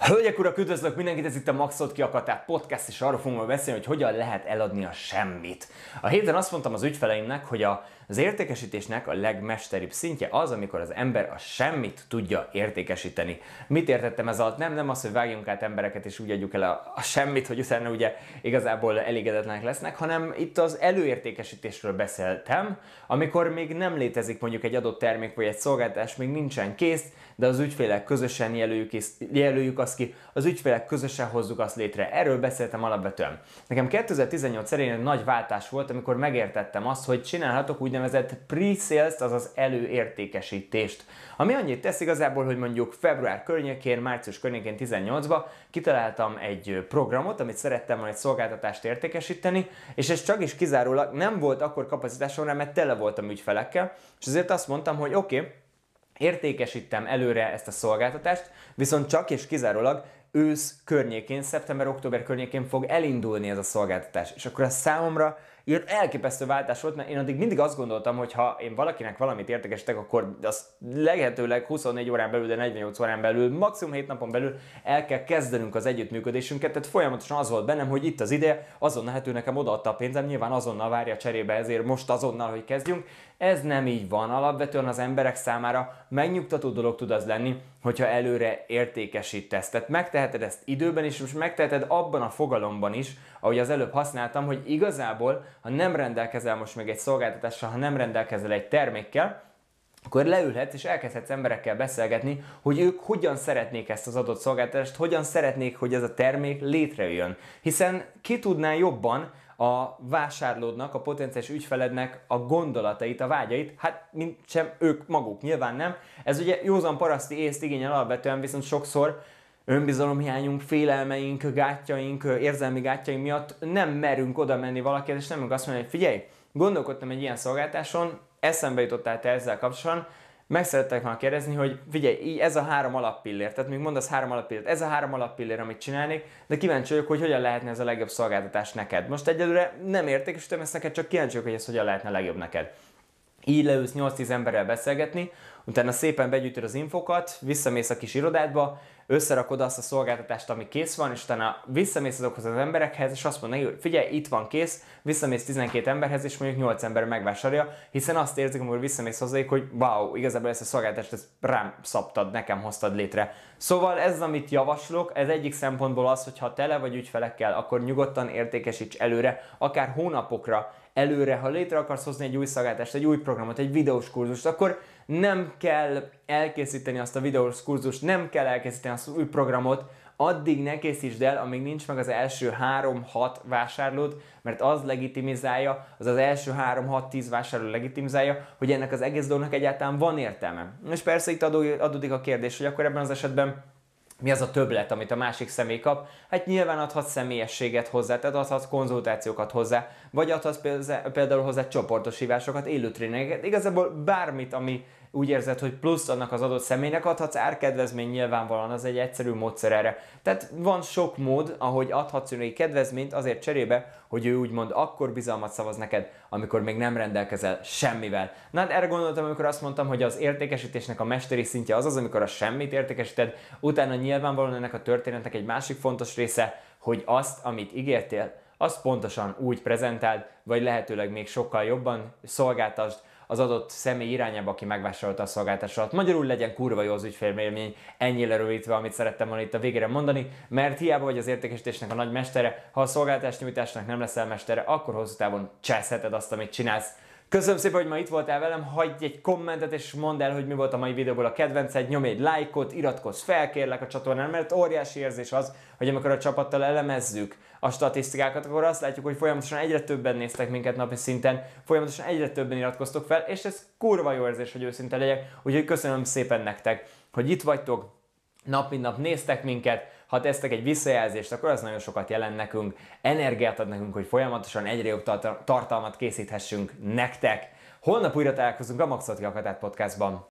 Hölgyek, urak, üdvözlök mindenkit, ez itt a Maxot ki Akatát podcast, és arról fogunk beszélni, hogy hogyan lehet eladni a semmit. A héten azt mondtam az ügyfeleimnek, hogy az értékesítésnek a legmesteribb szintje az, amikor az ember a semmit tudja értékesíteni. Mit értettem ez alatt? Nem az, hogy vágjunk át embereket és úgy adjuk el a semmit, hogy utána ugye igazából elégedetlenek lesznek, hanem itt az előértékesítésről beszéltem, amikor még nem létezik mondjuk egy adott termék vagy egy szolgáltatás, még nincsen kész, de az ügyfélek közösen jelöljük azt ki, az ügyfélek közösen hozzuk azt létre. Erről beszéltem alapvetően. Nekem 2018 szerint egy nagy váltás volt, amikor megértettem azt, hogy csinálhatok úgynevezett pre-sales-t, azaz előértékesítést. Ami annyit tesz igazából, hogy mondjuk február környékén, március környékén 18-ban kitaláltam egy programot, amit szerettem volna egy szolgáltatást értékesíteni, és ez csak is kizárólag nem volt akkor kapacitásom rá, mert tele voltam ügyfelekkel, és ezért azt mondtam, hogy oké, értékesítem előre ezt a szolgáltatást, viszont csak és kizárólag ősz környékén, szeptember-október környékén fog elindulni ez a szolgáltatás. És akkor ez számomra ilyen elképesztő váltás volt, mert én addig mindig azt gondoltam, hogy ha én valakinek valamit értékesítek, akkor azt lehetőleg 24 órán belül, de 48 órán belül, maximum 7 napon belül el kell kezdenünk az együttműködésünket, tehát folyamatosan az volt bennem, hogy itt az ideje, azonnal ő nekem odaadta a pénzem, nyilván azonnal várja cserébe, ezért most azonnal, hogy kezdjünk. Ez nem így van. Alapvetően az emberek számára megnyugtató dolog tud az lenni, hogyha előre értékesítesz. Tehát megteheted ezt időben is, és megteheted abban a fogalomban is, ahogy az előbb használtam, hogy igazából, ha nem rendelkezel most még egy szolgáltatással, ha nem rendelkezel egy termékkel, akkor leülhetsz és elkezdhetsz emberekkel beszélgetni, hogy ők hogyan szeretnék ezt az adott szolgáltatást, hogyan szeretnék, hogy ez a termék létrejöjjön. Hiszen ki tudná jobban a vásárlódnak, a potenciális ügyfelednek a gondolatait, a vágyait, hát mint sem ők maguk, nyilván nem. Ez ugye józan paraszti észt igényel alapvetően, viszont sokszor önbizalomhiányunk, félelmeink, gátjaink, érzelmi gátjaink miatt nem merünk oda menni valakihez, és nem merünk azt mondani, hogy figyelj, gondolkodtam egy ilyen szolgáltáson, eszembe jutottál te ezzel kapcsolatban, meg szerettek volna kérdezni, hogy figyelj, ez a 3 alappillér, tehát még mondasz 3 alappillért, ez a 3 alappillér, amit csinálnék, de kíváncsi vagyok, hogy hogyan lehetne ez a legjobb szolgáltatás neked. Most egyelőre nem értékesítem ezt neked, csak kíváncsi vagyok, hogy ez hogyan lehetne legjobb neked. Így leülsz 8-10 emberrel beszélgetni, utána szépen begyűjtöd az infokat, visszamész a kis irodádba, összerakod azt a szolgáltatást, ami kész van, és utána visszamész azokhoz az emberekhez, és azt mondod neki, hogy figyelj, itt van kész, visszamész 12 emberhez, és mondjuk 8 ember megvásárolja, hiszen azt érzik, amikor visszamész hozzájuk, hogy wow, igazából ezt a szolgáltatást ezt rám szabtad, nekem hoztad létre. Szóval ez, amit javaslok, ez egyik szempontból az, hogy ha tele vagy ügyfelekkel, akkor nyugodtan értékesíts előre, akár hónapokra előre, ha létre akarsz hozni egy új szolgáltatást, egy új programot, egy videós kurzust, akkor nem kell elkészíteni azt a videós kurzust, nem kell elkészíteni azt az új programot, addig ne készítsd el, amíg nincs meg az első 3-6 vásárlód, mert az legitimizálja, az első 3-6-10 vásárló legitimizálja, hogy ennek az egész dolognak egyáltalán van értelme. És persze itt adódik a kérdés, hogy akkor ebben az esetben mi az a többlet, amit a másik személy kap? Hát nyilván adhatsz személyességet hozzá, tehát adhatsz konzultációkat hozzá, vagy adhatsz például hozzá csoportos hívásokat, élő tréningeket, igazából bármit, ami úgy érzed, hogy plusz annak az adott személynek adhatsz, árkedvezmény nyilvánvalóan az egy egyszerű módszer erre. Tehát van sok mód, ahogy adhatsz neki kedvezményt azért cserébe, hogy ő úgymond akkor bizalmat szavaz neked, amikor még nem rendelkezel semmivel. Na hát erre gondoltam, amikor azt mondtam, hogy az értékesítésnek a mesteri szintje az, amikor a semmit értékesíted, utána nyilvánvalóan ennek a történetnek egy másik fontos része, hogy azt, amit ígértél, azt pontosan úgy prezentáld, vagy lehetőleg még sokkal jobban szolgáltasd az adott személy irányába, aki megvásárolta a szolgáltatást. Magyarul legyen kurva jó az ügyfélélmény, ennyire rövidítve, amit szerettem volna itt a végére mondani, mert hiába vagy az értékesítésnek a nagy mestere, ha a szolgáltatás nyújtásnak nem leszel mestere, akkor hosszú távon cseszheted azt, amit csinálsz. Köszönöm szépen, hogy ma itt voltál velem, hagyj egy kommentet és mondd el, hogy mi volt a mai videóból a kedvenced, nyomj egy lájkot, iratkozz fel kérlek a csatornán, mert óriási érzés az, hogy amikor a csapattal elemezzük a statisztikákat, akkor azt látjuk, hogy folyamatosan egyre többen néztek minket napi szinten, folyamatosan egyre többen iratkoztok fel, és ez kurva jó érzés, hogy őszinte legyek, úgyhogy köszönöm szépen nektek, hogy itt vagytok, nap mint nap néztek minket, ha tesztek egy visszajelzést, akkor az nagyon sokat jelent nekünk, energiát ad nekünk, hogy folyamatosan egyre jobb tartalmat készíthessünk nektek. Holnap újra találkozunk a Maxot ki Akatát podcastban.